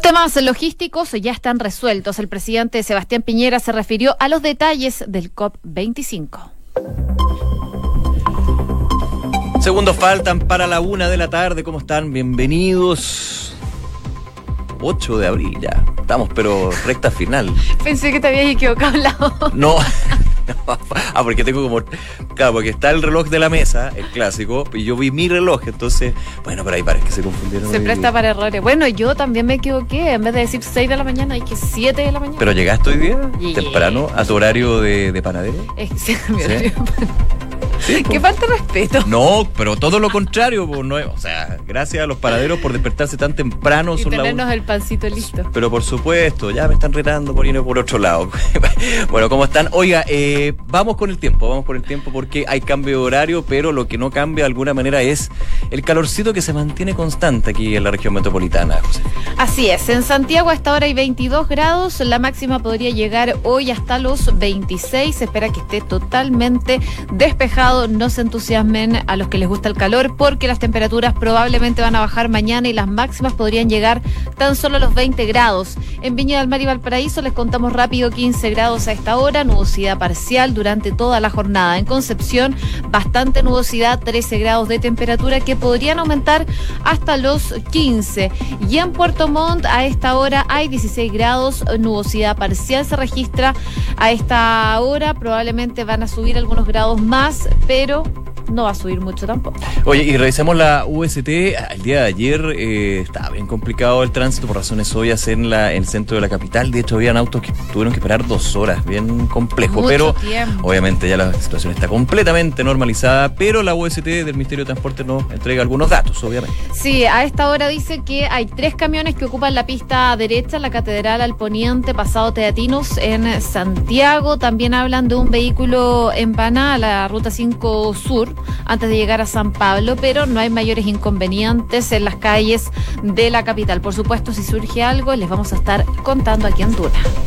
temas logísticos ya están resueltos. El presidente Sebastián Piñera se refirió a los detalles del COP25. Segundos faltan para la 1:00 PM. ¿Cómo están? Bienvenidos. 8 de abril ya. Estamos, pero recta final. Pensé que te habías equivocado en la hora. No. Porque tengo como... Claro, porque está el reloj de la mesa, el clásico, y yo vi mi reloj, entonces... Bueno, pero ahí parece que se confundieron. Se presta para errores. Bueno, yo también me equivoqué. En vez de decir 6 de la mañana, hay que 7 de la mañana. ¿Pero llegaste hoy día? Llegué. ¿Temprano? ¿A tu horario de panadero? Sí, mi horario de panadero. Sí, Qué falta de respeto. No, pero todo lo contrario, pues, no, o sea, gracias a los panaderos por despertarse tan temprano. Y tenernos el pancito listo. Pero por supuesto, ya me están retando por irme por otro lado. Bueno, ¿cómo están? Oiga, vamos con el tiempo porque hay cambio de horario, pero lo que no cambia de alguna manera es el calorcito que se mantiene constante aquí en la región metropolitana, José. Así es, en Santiago a esta hora hay 22 grados, la máxima podría llegar hoy hasta los 26, se espera que esté totalmente despejado. No se entusiasmen a los que les gusta el calor porque las temperaturas probablemente van a bajar mañana y las máximas podrían llegar tan solo a los 20 grados. En Viña del Mar y Valparaíso les contamos rápido 15 grados a esta hora, nubosidad parcial durante toda la jornada. En Concepción, bastante nubosidad, 13 grados de temperatura que podrían aumentar hasta los 15. Y en Puerto Montt a esta hora hay 16 grados, nubosidad parcial se registra a esta hora, probablemente van a subir algunos grados más, pero no va a subir mucho tampoco. Oye, y revisemos la UST. El día de ayer estaba bien complicado el tránsito por razones obvias en el centro de la capital. De hecho, habían autos que tuvieron que esperar 2 horas, bien complejo. Mucho pero tiempo. Obviamente ya la situación está completamente normalizada, pero la UST del Ministerio de Transporte nos entrega algunos datos, obviamente. Sí, a esta hora dice que hay 3 camiones que ocupan la pista derecha, la Catedral al Poniente, pasado Teatinos en Santiago. También hablan de un vehículo en Paná, la Ruta 5 Sur, antes de llegar a San Pablo, pero no hay mayores inconvenientes en las calles de la capital. Por supuesto, si surge algo, les vamos a estar contando aquí en Duna.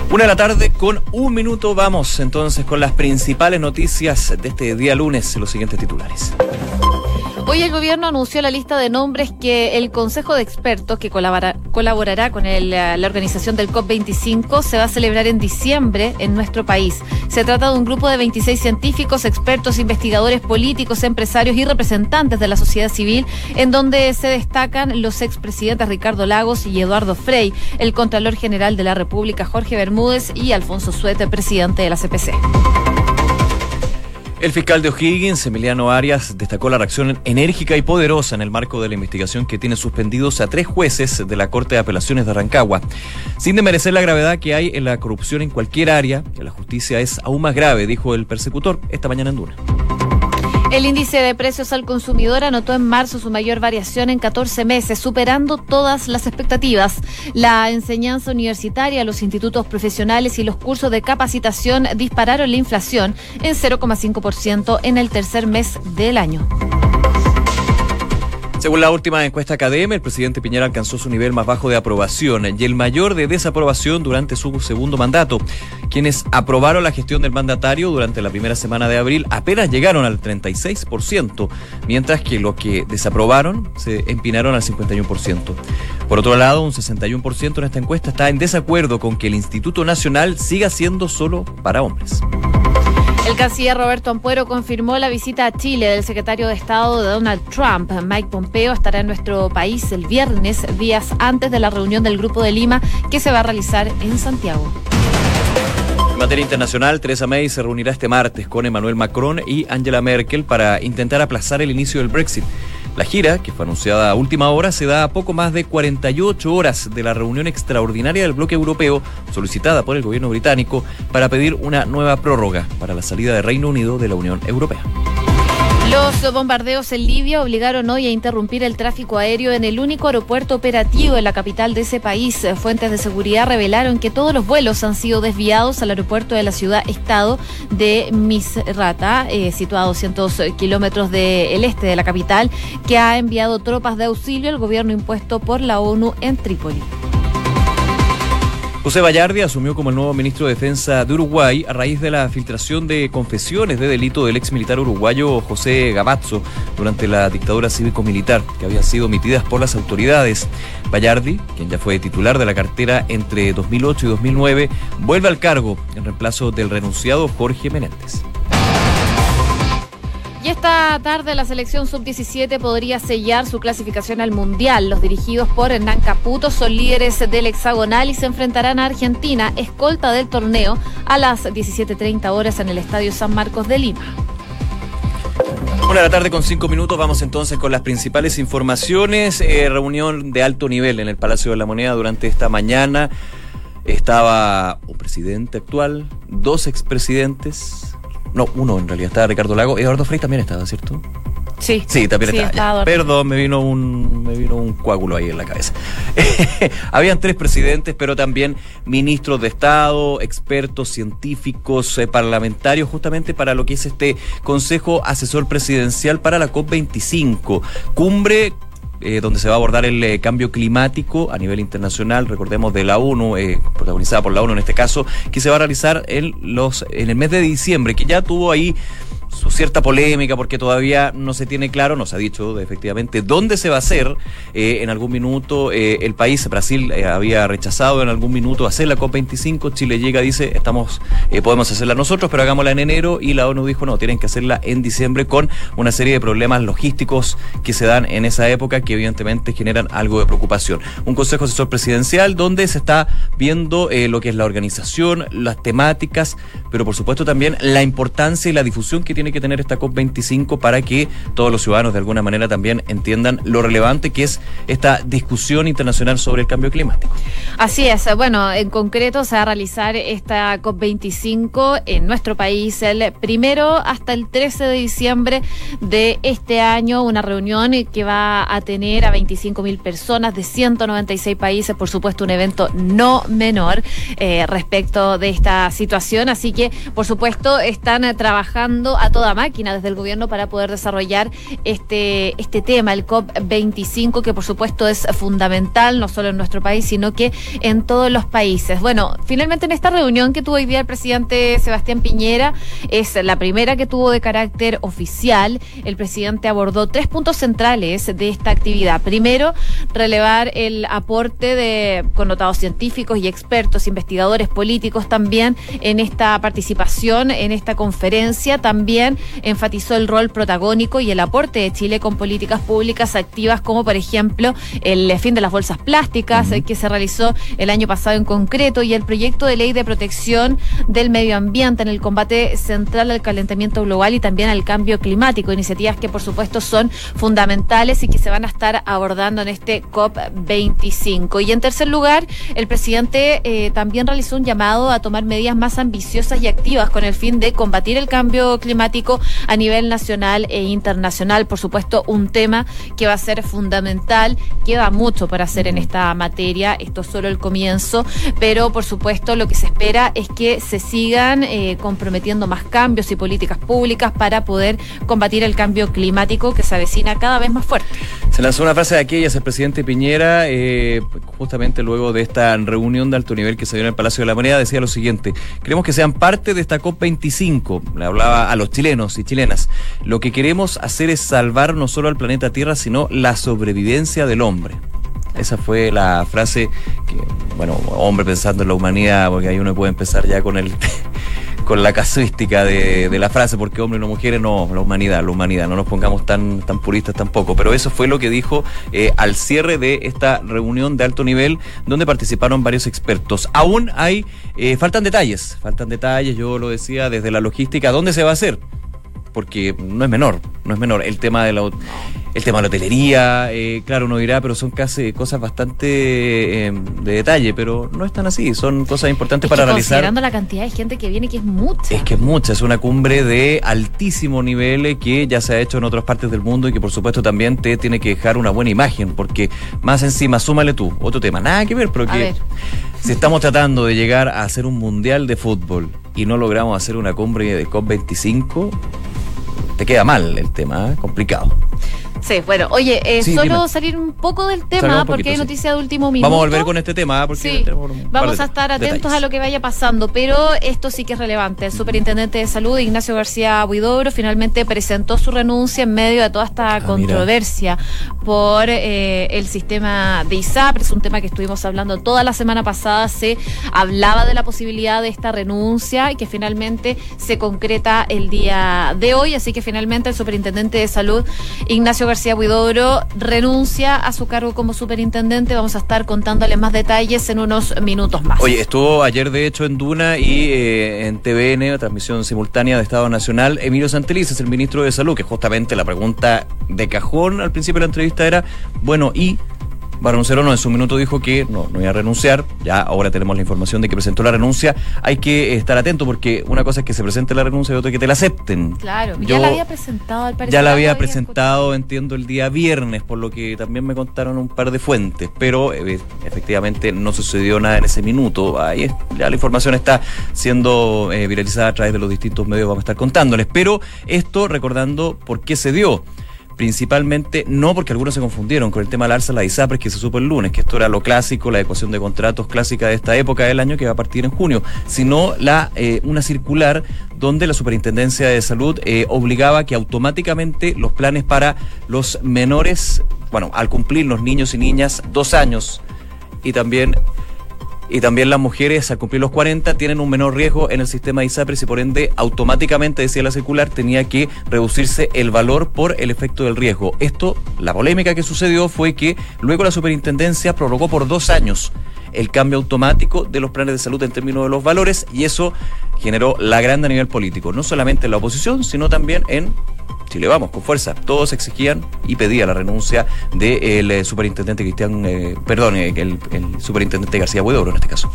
1:00 PM. Vamos entonces con las principales noticias de este día lunes, los siguientes titulares. Hoy el gobierno anunció la lista de nombres que el Consejo de Expertos, que colaborará con la organización del COP25, se va a celebrar en diciembre en nuestro país. Se trata de un grupo de 26 científicos, expertos, investigadores, políticos, empresarios y representantes de la sociedad civil, en donde se destacan los expresidentes Ricardo Lagos y Eduardo Frei, el Contralor General de la República Jorge Bermúdez y Alfonso Suete, presidente de la CPC. El fiscal de O'Higgins, Emiliano Arias, destacó la reacción enérgica y poderosa en el marco de la investigación que tiene suspendidos a 3 jueces de la Corte de Apelaciones de Rancagua. Sin desmerecer la gravedad que hay en la corrupción en cualquier área, que la justicia es aún más grave, dijo el persecutor esta mañana en Duna. El índice de precios al consumidor anotó en marzo su mayor variación en 14 meses, superando todas las expectativas. La enseñanza universitaria, los institutos profesionales y los cursos de capacitación dispararon la inflación en 0,5% en el tercer mes del año. Según la última encuesta CADEM, el presidente Piñera alcanzó su nivel más bajo de aprobación y el mayor de desaprobación durante su segundo mandato. Quienes aprobaron la gestión del mandatario durante la primera semana de abril apenas llegaron al 36%, mientras que los que desaprobaron se empinaron al 51%. Por otro lado, un 61% en esta encuesta está en desacuerdo con que el Instituto Nacional siga siendo solo para hombres. El canciller Roberto Ampuero confirmó la visita a Chile del secretario de Estado de Donald Trump. Mike Pompeo estará en nuestro país el viernes, días antes de la reunión del Grupo de Lima que se va a realizar en Santiago. En materia internacional, Theresa May se reunirá este martes con Emmanuel Macron y Angela Merkel para intentar aplazar el inicio del Brexit. La gira, que fue anunciada a última hora, se da a poco más de 48 horas de la reunión extraordinaria del bloque europeo solicitada por el gobierno británico para pedir una nueva prórroga para la salida del Reino Unido de la Unión Europea. Los bombardeos en Libia obligaron hoy a interrumpir el tráfico aéreo en el único aeropuerto operativo en la capital de ese país. Fuentes de seguridad revelaron que todos los vuelos han sido desviados al aeropuerto de la ciudad-estado de Misrata, situado a 200 kilómetros del este de la capital, que ha enviado tropas de auxilio al gobierno impuesto por la ONU en Trípoli. José Bayardi asumió como el nuevo ministro de Defensa de Uruguay a raíz de la filtración de confesiones de delito del ex militar uruguayo José Gavazzo durante la dictadura cívico-militar, que habían sido omitidas por las autoridades. Bayardi, quien ya fue titular de la cartera entre 2008 y 2009, vuelve al cargo en reemplazo del renunciado Jorge Menéndez. Y esta tarde la selección sub-17 podría sellar su clasificación al Mundial. Los dirigidos por Hernán Caputo son líderes del hexagonal y se enfrentarán a Argentina, escolta del torneo, a las 17:30 horas en el Estadio San Marcos de Lima. 1:00 p.m. 5 minutos, vamos entonces con las principales informaciones. Reunión de alto nivel en el Palacio de la Moneda durante esta mañana. Estaba un presidente actual, 2 expresidentes. No, uno en realidad, estaba Ricardo Lagos. Eduardo Frei también estaba, ¿cierto? Sí. Sí, también estaba. Perdón, me vino un coágulo ahí en la cabeza. Habían 3 presidentes, pero también ministros de Estado, expertos, científicos, parlamentarios, justamente para lo que es este Consejo Asesor Presidencial para la COP25. Cumbre donde se va a abordar el cambio climático a nivel internacional, recordemos de la ONU, protagonizada por la ONU en este caso, que se va a realizar en el mes de diciembre, que ya tuvo ahí su cierta polémica porque todavía no se tiene claro, no se ha dicho efectivamente dónde se va a hacer. En algún minuto el país, Brasil, había rechazado en algún minuto hacer la COP25, Chile llega, dice, podemos hacerla nosotros, pero hagámosla en enero, y la ONU dijo no, tienen que hacerla en diciembre, con una serie de problemas logísticos que se dan en esa época que evidentemente generan algo de preocupación. Un Consejo Asesor Presidencial donde se está viendo lo que es la organización, las temáticas, pero por supuesto también la importancia y la difusión que tiene que tener esta COP25 para que todos los ciudadanos de alguna manera también entiendan lo relevante que es esta discusión internacional sobre el cambio climático. Así es, bueno, en concreto se va a realizar esta COP25 en nuestro país el 1 hasta el 13 de diciembre de este año, una reunión que va a tener a 25.000 personas de 196 países, por supuesto un evento no menor respecto de esta situación, así que por supuesto están trabajando a toda máquina desde el gobierno para poder desarrollar este tema, el COP25, que por supuesto es fundamental, no solo en nuestro país, sino que en todos los países. Bueno, finalmente en esta reunión que tuvo hoy día el presidente Sebastián Piñera, es la primera que tuvo de carácter oficial. El presidente abordó 3 puntos centrales de esta actividad. Primero, relevar el aporte de connotados científicos y expertos, investigadores políticos también en esta participación, en esta conferencia. También enfatizó el rol protagónico y el aporte de Chile con políticas públicas activas, como por ejemplo el fin de las bolsas plásticas que se realizó el año pasado en concreto, y el proyecto de ley de protección del medio ambiente en el combate central al calentamiento global y también al cambio climático, iniciativas que por supuesto son fundamentales y que se van a estar abordando en este COP25. Y en tercer lugar, el presidente también realizó un llamado a tomar medidas más ambiciosas y activas con el fin de combatir el cambio climático a nivel nacional e internacional. Por supuesto, un tema que va a ser fundamental. Queda mucho para hacer en esta materia, esto es solo el comienzo, pero por supuesto lo que se espera es que se sigan comprometiendo más cambios y políticas públicas para poder combatir el cambio climático que se avecina cada vez más fuerte. Se lanzó una frase de aquellas el presidente Piñera, justamente luego de esta reunión de alto nivel que se dio en el Palacio de la Moneda, decía lo siguiente: queremos que sean parte de esta COP25, le hablaba a los chilenos y chilenas. Lo que queremos hacer es salvar no solo al planeta Tierra, sino la sobrevivencia del hombre. Esa fue la frase que, bueno, hombre pensando en la humanidad, porque ahí uno puede empezar ya con la casuística de la frase, porque hombre no mujeres, no, la humanidad, no nos pongamos tan puristas tampoco, pero eso fue lo que dijo al cierre de esta reunión de alto nivel, donde participaron varios expertos. Aún faltan detalles, yo lo decía, desde la logística, ¿dónde se va a hacer? Porque no es menor el tema de la hotelería, claro, uno dirá, pero son casi cosas bastante de detalle, pero no es tan así, son cosas importantes para realizar. Considerando la cantidad de gente que viene, que es mucha. Es una cumbre de altísimo nivel que ya se ha hecho en otras partes del mundo y que por supuesto también te tiene que dejar una buena imagen, porque más encima, súmale tú, otro tema, nada que ver, pero que si estamos tratando de llegar a hacer un mundial de fútbol y no logramos hacer una cumbre de COP25, te queda mal el tema, complicado. Sí, bueno, oye, Sí, solo dime. salir un poco del tema, Salgamos un porque poquito, hay sí. noticia de último minuto. Vamos a volver con este tema porque Sí, tenemos un par vamos de a estar atentos detalles. a lo que vaya pasando, pero esto sí que es relevante. El superintendente de salud, Ignacio García Huidobro, finalmente presentó su renuncia en medio de toda esta controversia por el sistema de ISAPRE. Es un tema que estuvimos hablando toda la semana pasada. Se hablaba de la posibilidad de esta renuncia y que finalmente se concreta el día de hoy. Así que finalmente el superintendente de salud, Ignacio García Huidobro, renuncia a su cargo como superintendente. Vamos a estar contándole más detalles en unos minutos más. Oye, estuvo ayer de hecho en Duna y en TVN, transmisión simultánea de Estado Nacional, Emilio Santelices, el ministro de Salud, que justamente la pregunta de cajón al principio de la entrevista era, bueno, ¿y va a renunciar o no? En su minuto dijo que no iba a renunciar. Ya ahora tenemos la información de que presentó la renuncia. Hay que estar atento porque una cosa es que se presente la renuncia y otra es que te la acepten. Claro, ya la había presentado al parecer. Ya la había presentado, entiendo, el día viernes, por lo que también me contaron un par de fuentes, pero efectivamente no sucedió nada en ese minuto. Ahí ya la información está siendo viralizada a través de los distintos medios, vamos a estar contándoles. Pero esto recordando por qué se dio. Principalmente, no porque algunos se confundieron con el tema del alza de la ISAPRES que se supo el lunes, que esto era lo clásico, la ecuación de contratos clásica de esta época del año que va a partir en junio, sino una circular donde la Superintendencia de Salud obligaba que automáticamente los planes para los menores, bueno, al cumplir los niños y niñas 2 años y también las mujeres al cumplir los 40 tienen un menor riesgo en el sistema de ISAPRES y por ende automáticamente, decía la circular, tenía que reducirse el valor por el efecto del riesgo. Esto, la polémica que sucedió fue que luego la superintendencia prorrogó por 2 años el cambio automático de los planes de salud en términos de los valores y eso generó la grande a nivel político, no solamente en la oposición, sino también en Chile Vamos, con fuerza. Todos exigían y pedían la renuncia del superintendente el superintendente García Huidobro en este caso.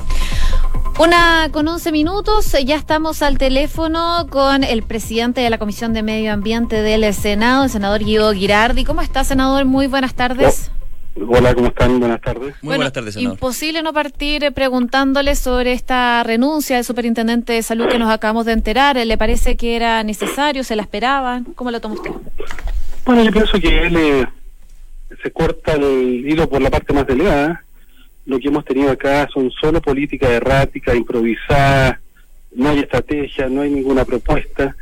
1:11, ya estamos al teléfono con el presidente de la Comisión de Medio Ambiente del Senado, el senador Guido Girardi. ¿Cómo está, senador? Muy buenas tardes. Hola, ¿cómo están? Buenas tardes. Muy buenas tardes, senador. Imposible no partir preguntándole sobre esta renuncia del superintendente de salud que nos acabamos de enterar. ¿Le parece que era necesario? ¿Se la esperaban? ¿Cómo lo toma usted? Bueno, yo pienso que él se corta el hilo por la parte más delgada. Lo que hemos tenido acá son solo políticas erráticas, improvisadas, no hay estrategia, no hay ninguna propuesta.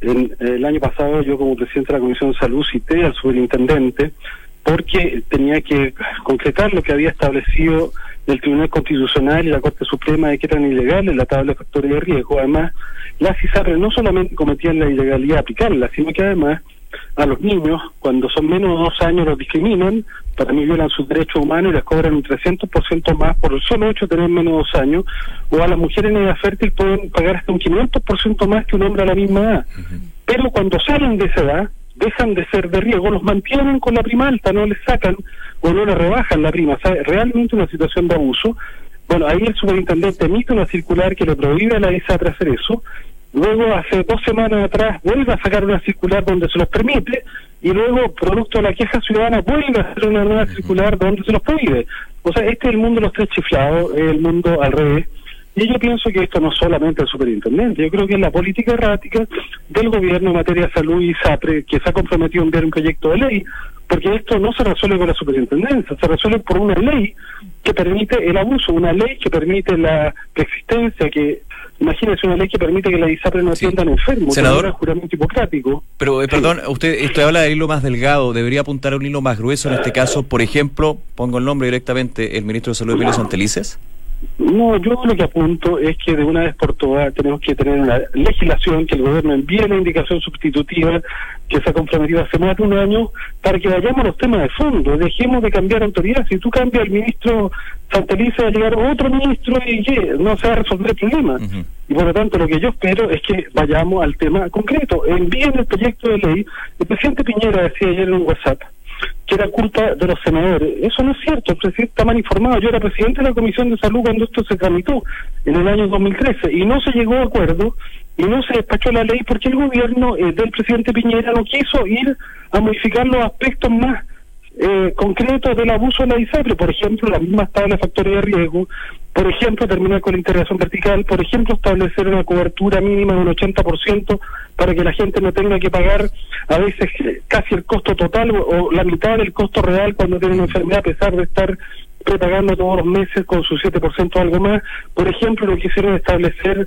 El año pasado yo como presidente de la Comisión de Salud cité al superintendente porque tenía que concretar lo que había establecido el Tribunal Constitucional y la Corte Suprema de que eran ilegales la tabla de factores de riesgo. Además, las ISAPRES no solamente cometían la ilegalidad de aplicarla, sino que además a los niños, cuando son menos de 2 años, los discriminan, para mí violan sus derechos humanos y les cobran un 300% más por el solo hecho de tener menos de 2 años, o a las mujeres en edad fértil pueden pagar hasta un 500% más que un hombre a la misma edad. Pero cuando salen de esa edad, dejan de ser de riesgo, los mantienen con la prima alta, no les sacan o no les rebajan la prima. O sea, realmente una situación de abuso. Bueno, ahí el superintendente emite una circular que le prohíbe a la ISAPRE hacer eso. Luego, hace 2 semanas atrás, vuelve a sacar una circular donde se los permite, y luego, producto de la queja ciudadana, vuelve a hacer una nueva circular donde se los prohíbe. O sea, este es el mundo de los 3 chiflados, es el mundo al revés. Y yo pienso que esto no es solamente el superintendente, yo creo que es la política errática del gobierno en materia de salud y ISAPRE, que se ha comprometido a enviar un proyecto de ley, porque esto no se resuelve con la superintendencia, se resuelve por una ley que permite el abuso, una ley que permite la existencia, que imagínese una ley que permite que la ISAPRE no atiendan enfermos, senador, un juramento hipocrático. Pero, perdón, usted habla del hilo más delgado, debería apuntar a un hilo más grueso en este caso, por ejemplo, pongo el nombre directamente, el ministro de Salud, Emilio Santelices. No, yo lo que apunto es que de una vez por todas tenemos que tener una legislación, que el gobierno envíe la indicación sustitutiva que se ha comprometido hace más de 1 año para que vayamos a los temas de fondo, dejemos de cambiar autoridad. Si tú cambias el ministro Santelices, va a llegar otro ministro y no se va a resolver el problema. Y por lo tanto lo que yo espero es que vayamos al tema concreto, envíen el proyecto de ley. El presidente Piñera decía ayer en un WhatsApp que era culpa de los senadores. Eso no es cierto, el presidente está mal informado. Yo era presidente de la Comisión de Salud cuando esto se tramitó en el año 2013 y no se llegó a acuerdo y no se despachó la ley porque el gobierno del presidente Piñera no quiso ir a modificar los aspectos más concretos del abuso de la ISAPRE, por ejemplo, la misma tabla de factores de riesgo, por ejemplo, terminar con la integración vertical, por ejemplo, establecer una cobertura mínima de un 80% para que la gente no tenga que pagar a veces casi el costo total o la mitad del costo real cuando tiene una enfermedad, a pesar de estar prepagando todos los meses con su 7% o algo más. Por ejemplo, lo que hicieron es establecer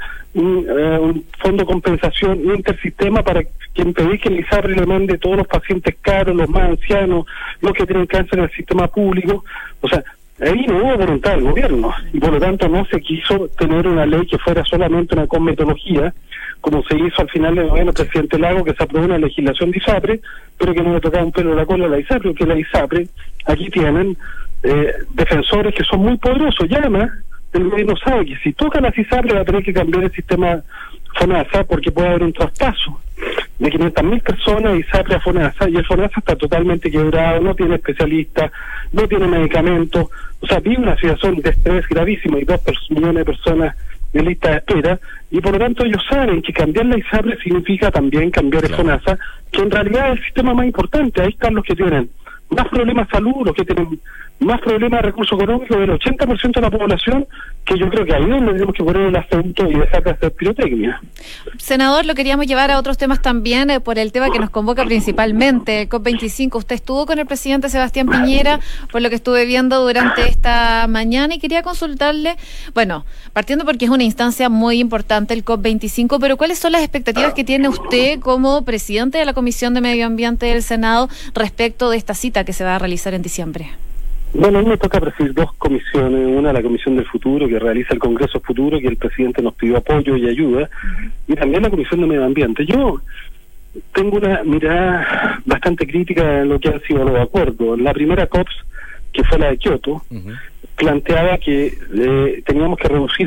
un fondo de compensación intersistema para que impedir que el ISAPRE le mande todos los pacientes caros, los más ancianos, los que tienen cáncer en el sistema público. O sea, ahí no hubo voluntad del gobierno y por lo tanto no se quiso tener una ley que fuera solamente una cosmetología, como se hizo al final del gobierno del presidente Lago, que se aprobó una legislación de ISAPRE, pero que no le tocaba un pelo de la cola a la ISAPRE, porque la ISAPRE aquí tienen defensores que son muy poderosos, y además el gobierno sabe que si toca la ISAPRE va a tener que cambiar el sistema FONASA, porque puede haber un traspaso de 500.000 personas de ISAPRE a FONASA, y el FONASA está totalmente quebrado, no tiene especialistas, no tiene medicamentos, o sea, vive una situación de estrés gravísimo y 2 millones de personas en lista de espera, y por lo tanto ellos saben que cambiar la ISAPRE significa también cambiar el FONASA, que en realidad es el sistema más importante. Ahí están los que tienen más problemas de salud, los que tienen más problemas de recursos económicos, del 80% de la población, que yo creo que ahí es donde tenemos que poner el acento y dejar de hacer pirotecnia. Senador, lo queríamos llevar a otros temas también, por el tema que nos convoca principalmente, el COP25. Usted estuvo con el presidente Sebastián Piñera, por lo que estuve viendo durante esta mañana, y quería consultarle, bueno, partiendo porque es una instancia muy importante el COP25, pero ¿cuáles son las expectativas que tiene usted como presidente de la Comisión de Medio Ambiente del Senado respecto de esta cita que se va a realizar en diciembre? Bueno, a mí me toca presidir 2 comisiones, una la Comisión del Futuro, que realiza el Congreso Futuro, que el presidente nos pidió apoyo y ayuda, y también la Comisión de Medio Ambiente. Yo tengo una mirada bastante crítica en lo que han sido los acuerdos. La primera COPS, que fue la de Kioto, planteaba que teníamos que reducir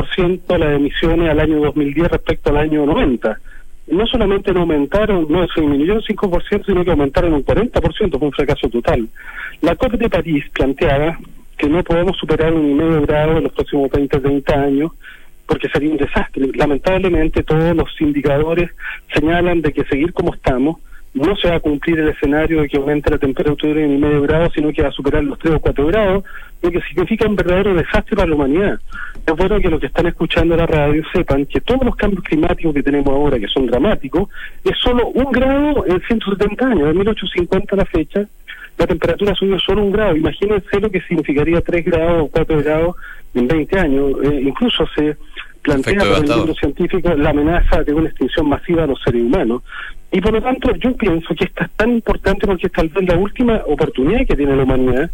5% las emisiones al año 2010 respecto al año 90. No solamente no aumentaron, no se disminuyeron 5%, sino que aumentaron un 40%, fue un fracaso total. La COP de París planteaba que no podemos superar un 1,5 grado en los próximos 30 años, porque sería un desastre. Lamentablemente todos los indicadores señalan de que seguir como estamos no se va a cumplir el escenario de que aumente la temperatura en 1,5 grados, sino que va a superar los 3 o 4 grados, lo que significa un verdadero desastre para la humanidad. Es bueno que los que están escuchando la radio sepan que todos los cambios climáticos que tenemos ahora, que son dramáticos, es solo 1 grado en 170 años, de 1850 a la fecha, la temperatura subió solo 1 grado. Imagínense lo que significaría 3 grados o 4 grados en 20 años. Incluso se plantea por el mundo científico la amenaza de una extinción masiva de los seres humanos. Y por lo tanto yo pienso que esta es tan importante porque es tal vez la última oportunidad que tiene la humanidad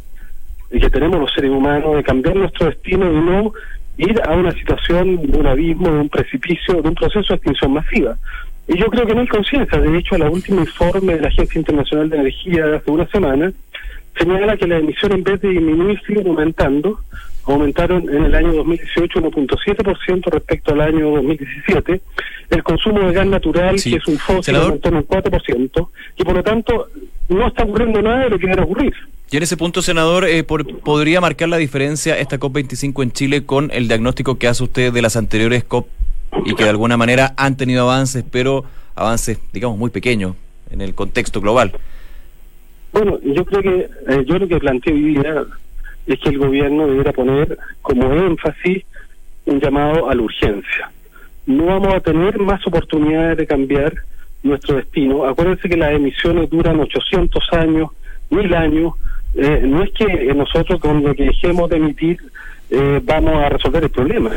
y que tenemos los seres humanos de cambiar nuestro destino y no ir a una situación de un abismo, de un precipicio, de un proceso de extinción masiva. Y yo creo que no hay conciencia. De hecho, el último informe de la Agencia Internacional de Energía de hace una semana señala que las emisiones, en vez de disminuir, siguen aumentando. Aumentaron en el año 2018 1.7% respecto al año 2017. El consumo de gas natural, que es un fósil, aumentó en un 4%, y por lo tanto no está ocurriendo nada de lo que debe ocurrir. Y en ese punto, senador, ¿podría marcar la diferencia esta COP25 en Chile con el diagnóstico que hace usted de las anteriores COP y que de alguna manera han tenido avances, pero avances, digamos, muy pequeños en el contexto global? Bueno, yo creo que yo lo que planteo hoy día es que el gobierno debería poner como énfasis un llamado a la urgencia. No vamos a tener más oportunidades de cambiar nuestro destino. Acuérdense que las emisiones duran 800 años, 1000 años. No es que nosotros con lo que dejemos de emitir vamos a resolver el problema.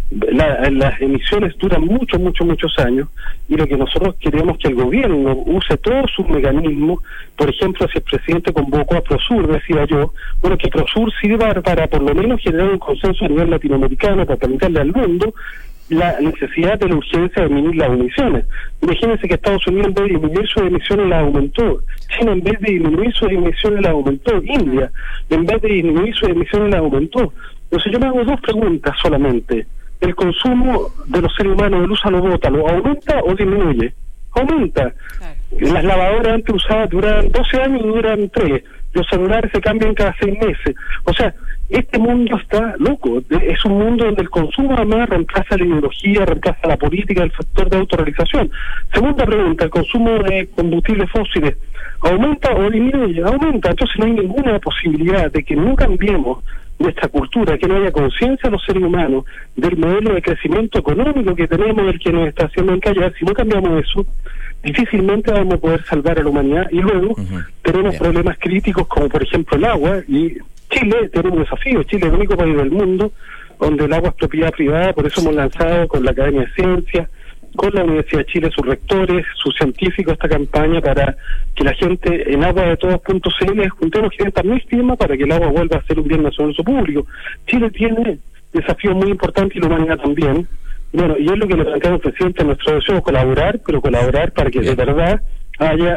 Las emisiones duran muchos años, y lo que nosotros queremos que el gobierno use todos sus mecanismos. Por ejemplo, si el presidente convocó a Prosur, decía yo, bueno, que Prosur sirva para por lo menos generar un consenso a nivel latinoamericano, para plantearle al mundo la necesidad de la urgencia de disminuir las emisiones. Imagínense que Estados Unidos, en vez de disminuir sus emisiones, las aumentó. China, en vez de disminuir sus emisiones, las aumentó. India, en vez de disminuir sus emisiones, las aumentó. Entonces yo me hago 2 preguntas solamente. ¿El consumo de los seres humanos, el uso a los bótalos, aumenta o disminuye? Aumenta. Claro. Las lavadoras antes usadas duran 12 años y duran 3. Los celulares se cambian cada 6 meses. O sea, Este mundo está loco, es un mundo donde el consumo además reemplaza la ideología, reemplaza la política, el factor de autorrealización. Segunda pregunta, ¿el consumo de combustibles fósiles aumenta o disminuye? Aumenta, entonces no hay ninguna posibilidad de que no cambiemos nuestra cultura, que no haya conciencia de los seres humanos del modelo de crecimiento económico que tenemos, del que nos está haciendo encallar. Si no cambiamos eso, difícilmente vamos a poder salvar a la humanidad. Y luego tenemos problemas críticos como por ejemplo el agua, y Chile tiene un desafío. Chile es el único país del mundo donde el agua es propiedad privada, por eso hemos lanzado con la Academia de Ciencias, con la Universidad de Chile, sus rectores, sus científicos, esta campaña para que la gente en aguadetodos.cl juntemos 500.000 firmas para que el agua vuelva a ser un bien nacional de uso público. Chile tiene desafíos muy importantes y la humanidad también. Bueno, y es lo que le planteamos, presidente, a nuestro deseo, colaborar para que de verdad haya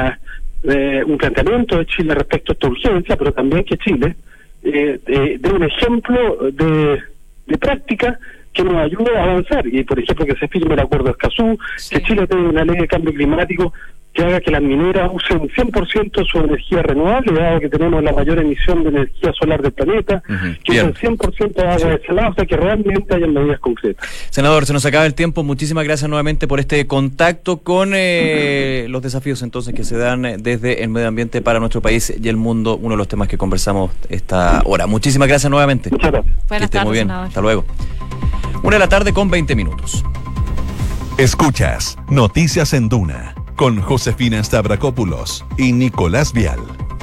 un planteamiento de Chile respecto a esta urgencia, pero también que Chile dé un ejemplo de práctica que nos ayude a avanzar, y por ejemplo que se firme el acuerdo de Escazú, que Chile tenga una ley de cambio climático que haga que las mineras usen 100% su energía renovable, dado que tenemos la mayor emisión de energía solar del planeta, que usen 100% de agua desalada, o sea que realmente haya medidas concretas. Senador, se nos acaba el tiempo, muchísimas gracias nuevamente por este contacto con los desafíos entonces que se dan desde el medio ambiente para nuestro país y el mundo, uno de los temas que conversamos esta hora. Muchísimas gracias nuevamente. Muchas gracias. Buenas tardes, muy bien. Senador. Hasta luego. 1:00 con 20 minutos. Escuchas Noticias en Duna con Josefina Stavrakopoulos y Nicolás Vial.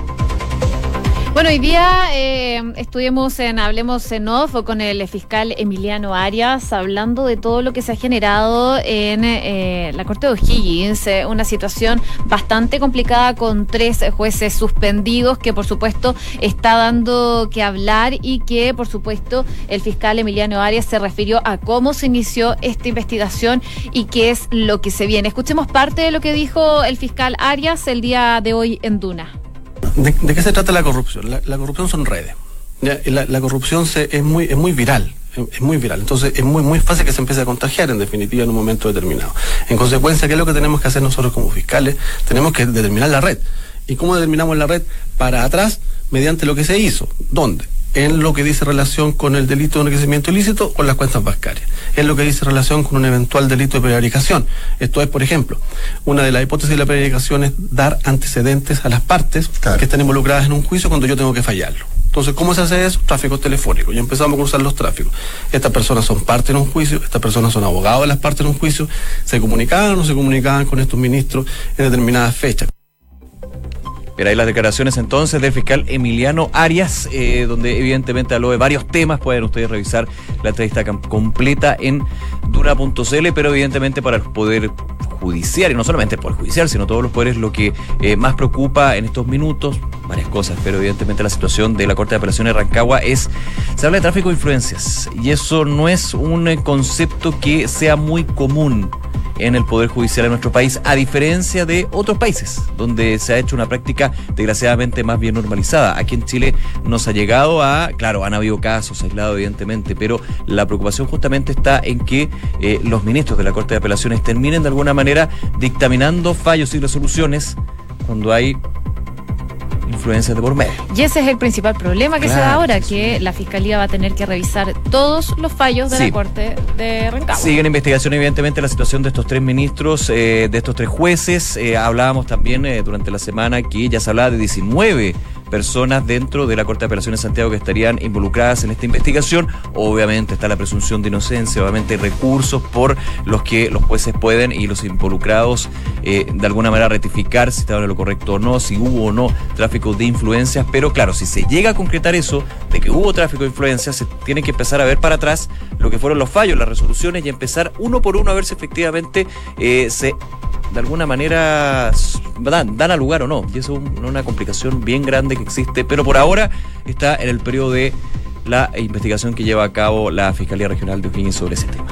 Bueno, hoy día estuvimos en Hablemos en Off con el fiscal Emiliano Arias hablando de todo lo que se ha generado en la Corte de O'Higgins, una situación bastante complicada con 3 jueces suspendidos que por supuesto está dando que hablar y que por supuesto el fiscal Emiliano Arias se refirió a cómo se inició esta investigación y qué es lo que se viene. Escuchemos parte de lo que dijo el fiscal Arias el día de hoy en Duna. ¿De qué se trata la corrupción? La corrupción son redes. ¿Ya? La corrupción es muy viral. Es muy viral, entonces es muy fácil que se empiece a contagiar en definitiva en un momento determinado. En consecuencia, ¿qué es lo que tenemos que hacer nosotros como fiscales? Tenemos que determinar la red. ¿Y cómo determinamos la red? Para atrás, mediante lo que se hizo. ¿Dónde? En lo que dice relación con el delito de enriquecimiento ilícito o las cuentas bancarias. En lo que dice relación con un eventual delito de prevaricación. Esto es, por ejemplo, una de las hipótesis de la prevaricación es dar antecedentes a las partes que están involucradas en un juicio cuando yo tengo que fallarlo. Entonces, ¿cómo se hace eso? Tráfico telefónico. Ya empezamos a cruzar los tráficos. Estas personas son parte en un juicio, estas personas son abogados de las partes en un juicio, se comunicaban o no se comunicaban con estos ministros en determinadas fechas. Pero ahí las declaraciones entonces del fiscal Emiliano Arias, donde evidentemente habló de varios temas. Pueden ustedes revisar la entrevista completa en duna.cl, pero evidentemente para el Poder Judicial, y no solamente el Poder Judicial, sino todos los poderes, lo que más preocupa en estos minutos, varias cosas, pero evidentemente la situación de la Corte de Apelaciones de Rancagua se habla de tráfico de influencias, y eso no es un concepto que sea muy común en el Poder Judicial de nuestro país, a diferencia de otros países, donde se ha hecho una práctica desgraciadamente más bien normalizada. Aquí en Chile nos ha llegado claro, han habido casos aislados evidentemente, pero la preocupación justamente está en que los ministros de la Corte de Apelaciones terminen de alguna manera dictaminando fallos y resoluciones cuando hay influencias de por medio. Y ese es el principal problema que se da ahora, que la Fiscalía va a tener que revisar todos los fallos de la Corte de Rancagua. Sigue en investigación evidentemente la situación de estos 3 ministros, de estos 3 jueces. Hablábamos también durante la semana que ya se hablaba de 19 personas dentro de la Corte de Apelaciones de Santiago que estarían involucradas en esta investigación. Obviamente está la presunción de inocencia, obviamente hay recursos por los que los jueces pueden y los involucrados de alguna manera rectificar si estaban en lo correcto o no, si hubo o no tráfico de influencias, pero claro, si se llega a concretar eso, de que hubo tráfico de influencias, se tiene que empezar a ver para atrás lo que fueron los fallos, las resoluciones, y empezar uno por uno a ver si efectivamente se de alguna manera dan a lugar o no, y eso es una complicación bien grande que existe, pero por ahora está en el periodo de la investigación que lleva a cabo la Fiscalía Regional de O'Higgins sobre ese tema.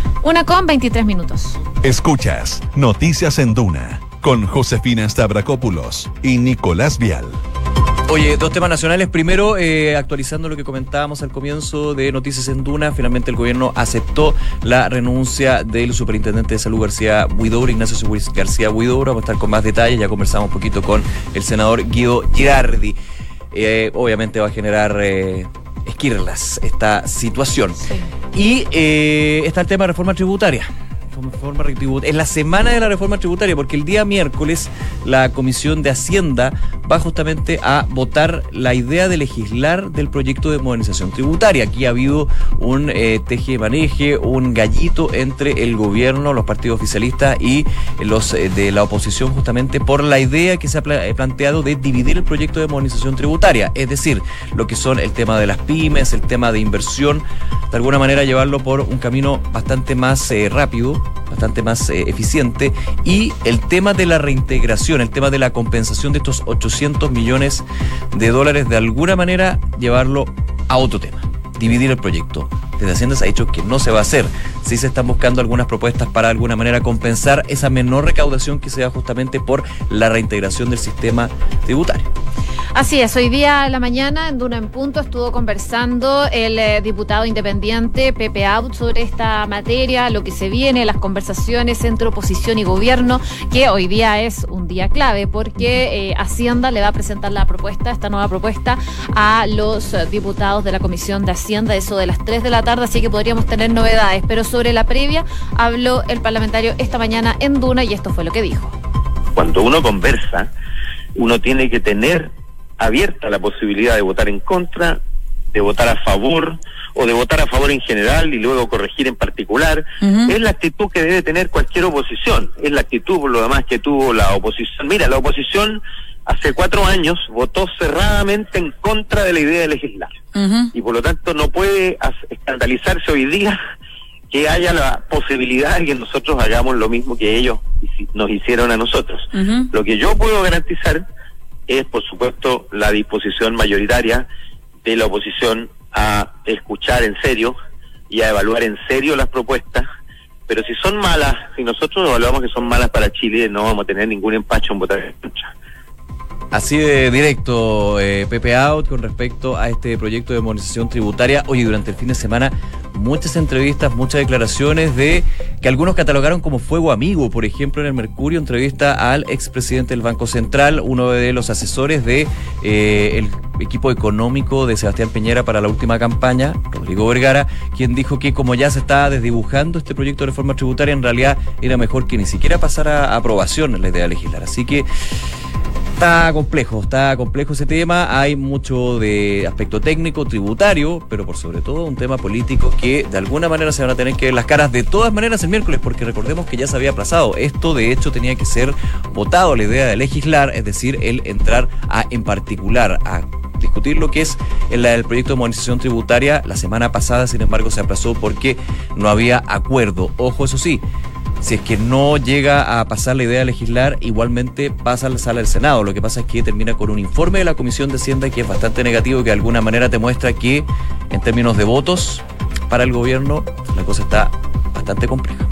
1:23. Escuchas Noticias en Duna con Josefina Stavrakopoulos y Nicolás Vial. Oye, 2 temas nacionales. Primero, actualizando lo que comentábamos al comienzo de Noticias en Duna, finalmente el gobierno aceptó la renuncia del superintendente de salud Ignacio García Huidobro. Vamos a estar con más detalles, ya conversamos un poquito con el senador Guido Girardi. Obviamente va a generar esquirlas esta situación. Sí. Y está el tema de reforma tributaria. En la semana de la reforma tributaria, porque el día miércoles la Comisión de Hacienda va justamente a votar la idea de legislar del proyecto de modernización tributaria. Aquí ha habido un teje-maneje, un gallito entre el gobierno, los partidos oficialistas y los de la oposición, justamente por la idea que se ha planteado de dividir el proyecto de modernización tributaria, es decir, lo que son el tema de las pymes, el tema de inversión, de alguna manera llevarlo por un camino bastante más rápido, bastante más eficiente, y el tema de la reintegración, el tema de la compensación de estos 800 millones de dólares, de alguna manera llevarlo a otro tema, dividir el proyecto. Desde Hacienda se ha dicho que no se va a hacer. Sí se están buscando algunas propuestas para de alguna manera compensar esa menor recaudación que se da justamente por la reintegración del sistema tributario. Así es, hoy día a la mañana en Duna en Punto estuvo conversando el diputado independiente Pepe Out sobre esta materia, lo que se viene, las conversaciones entre oposición y gobierno, que hoy día es un día clave porque Hacienda le va a presentar la propuesta, esta nueva propuesta, a los diputados de la Comisión de Hacienda, eso de las 3 de la tarde, así que podríamos tener novedades. Pero sobre la previa habló el parlamentario esta mañana en Duna y esto fue lo que dijo. Cuando uno conversa, uno tiene que tener abierta la posibilidad de votar en contra, de votar a favor o de votar a favor en general y luego corregir en particular. Es la actitud que debe tener cualquier oposición, es la actitud por lo demás que tuvo la oposición. Mira, la oposición hace 4 años votó cerradamente en contra de la idea de legislar y por lo tanto no puede escandalizarse hoy día que haya la posibilidad de que nosotros hagamos lo mismo que ellos nos hicieron a nosotros. Lo que yo puedo garantizar es, por supuesto, la disposición mayoritaria de la oposición a escuchar en serio y a evaluar en serio las propuestas, pero si son malas, si nosotros evaluamos que son malas para Chile, no vamos a tener ningún empacho en votar en contra. Así de directo, Pepe Out, con respecto a este proyecto de modernización tributaria. Oye, durante el fin de semana, muchas entrevistas, muchas declaraciones de que algunos catalogaron como fuego amigo. Por ejemplo, en el Mercurio, entrevista al expresidente del Banco Central, uno de los asesores de el equipo económico de Sebastián Piñera para la última campaña, Rodrigo Vergara, quien dijo que como ya se estaba desdibujando este proyecto de reforma tributaria, en realidad era mejor que ni siquiera pasara a aprobación la idea de legislar. Así que está complejo ese tema, hay mucho de aspecto técnico, tributario, pero por sobre todo un tema político que de alguna manera se van a tener que ver las caras de todas maneras el miércoles, porque recordemos que ya se había aplazado. Esto de hecho tenía que ser votado, la idea de legislar, es decir, el entrar en particular a discutir lo que es el proyecto de modernización tributaria. La semana pasada, sin embargo, se aplazó porque no había acuerdo. Ojo, eso sí, si es que no llega a pasar la idea de legislar, igualmente pasa a la sala del Senado. Lo que pasa es que termina con un informe de la Comisión de Hacienda que es bastante negativo y que de alguna manera te muestra que en términos de votos para el gobierno la cosa está bastante compleja.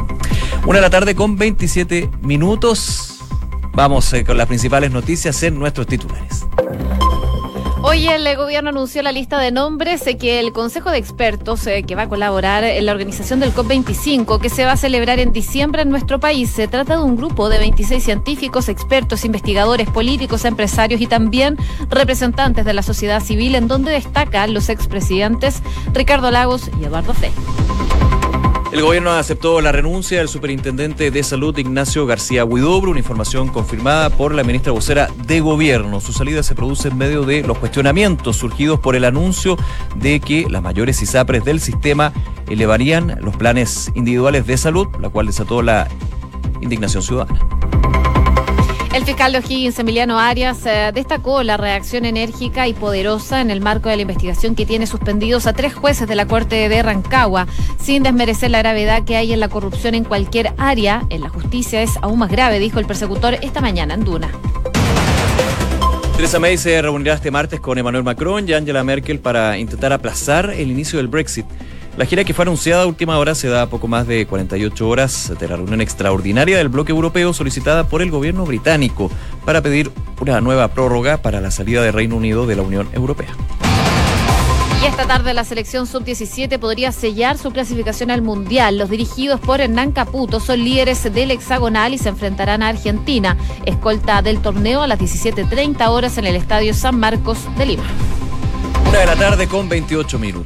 1:27 p.m. Vamos con las principales noticias en nuestros titulares. Hoy el gobierno anunció la lista de nombres que el Consejo de Expertos que va a colaborar en la organización del COP25, que se va a celebrar en diciembre en nuestro país. Se trata de un grupo de 26 científicos, expertos, investigadores, políticos, empresarios y también representantes de la sociedad civil, en donde destacan los expresidentes Ricardo Lagos y Eduardo Frei. El gobierno aceptó la renuncia del superintendente de Salud Ignacio García Huidobro, una información confirmada por la ministra vocera de Gobierno. Su salida se produce en medio de los cuestionamientos surgidos por el anuncio de que las mayores ISAPRES del sistema elevarían los planes individuales de salud, la cual desató la indignación ciudadana. El fiscal de O'Higgins, Emiliano Arias, destacó la reacción enérgica y poderosa en el marco de la investigación que tiene suspendidos a 3 jueces de la Corte de Rancagua. Sin desmerecer la gravedad que hay en la corrupción en cualquier área, en la justicia es aún más grave, dijo el persecutor esta mañana en Duna. Theresa May se reunirá este martes con Emmanuel Macron y Angela Merkel para intentar aplazar el inicio del Brexit. La gira, que fue anunciada a última hora, se da a poco más de 48 horas de la reunión extraordinaria del bloque europeo solicitada por el gobierno británico para pedir una nueva prórroga para la salida del Reino Unido de la Unión Europea. Y esta tarde la selección sub-17 podría sellar su clasificación al Mundial. Los dirigidos por Hernán Caputo son líderes del hexagonal y se enfrentarán a Argentina, escolta del torneo, a las 17:30 horas en el Estadio San Marcos de Lima. 1 de la tarde con 28 minutos.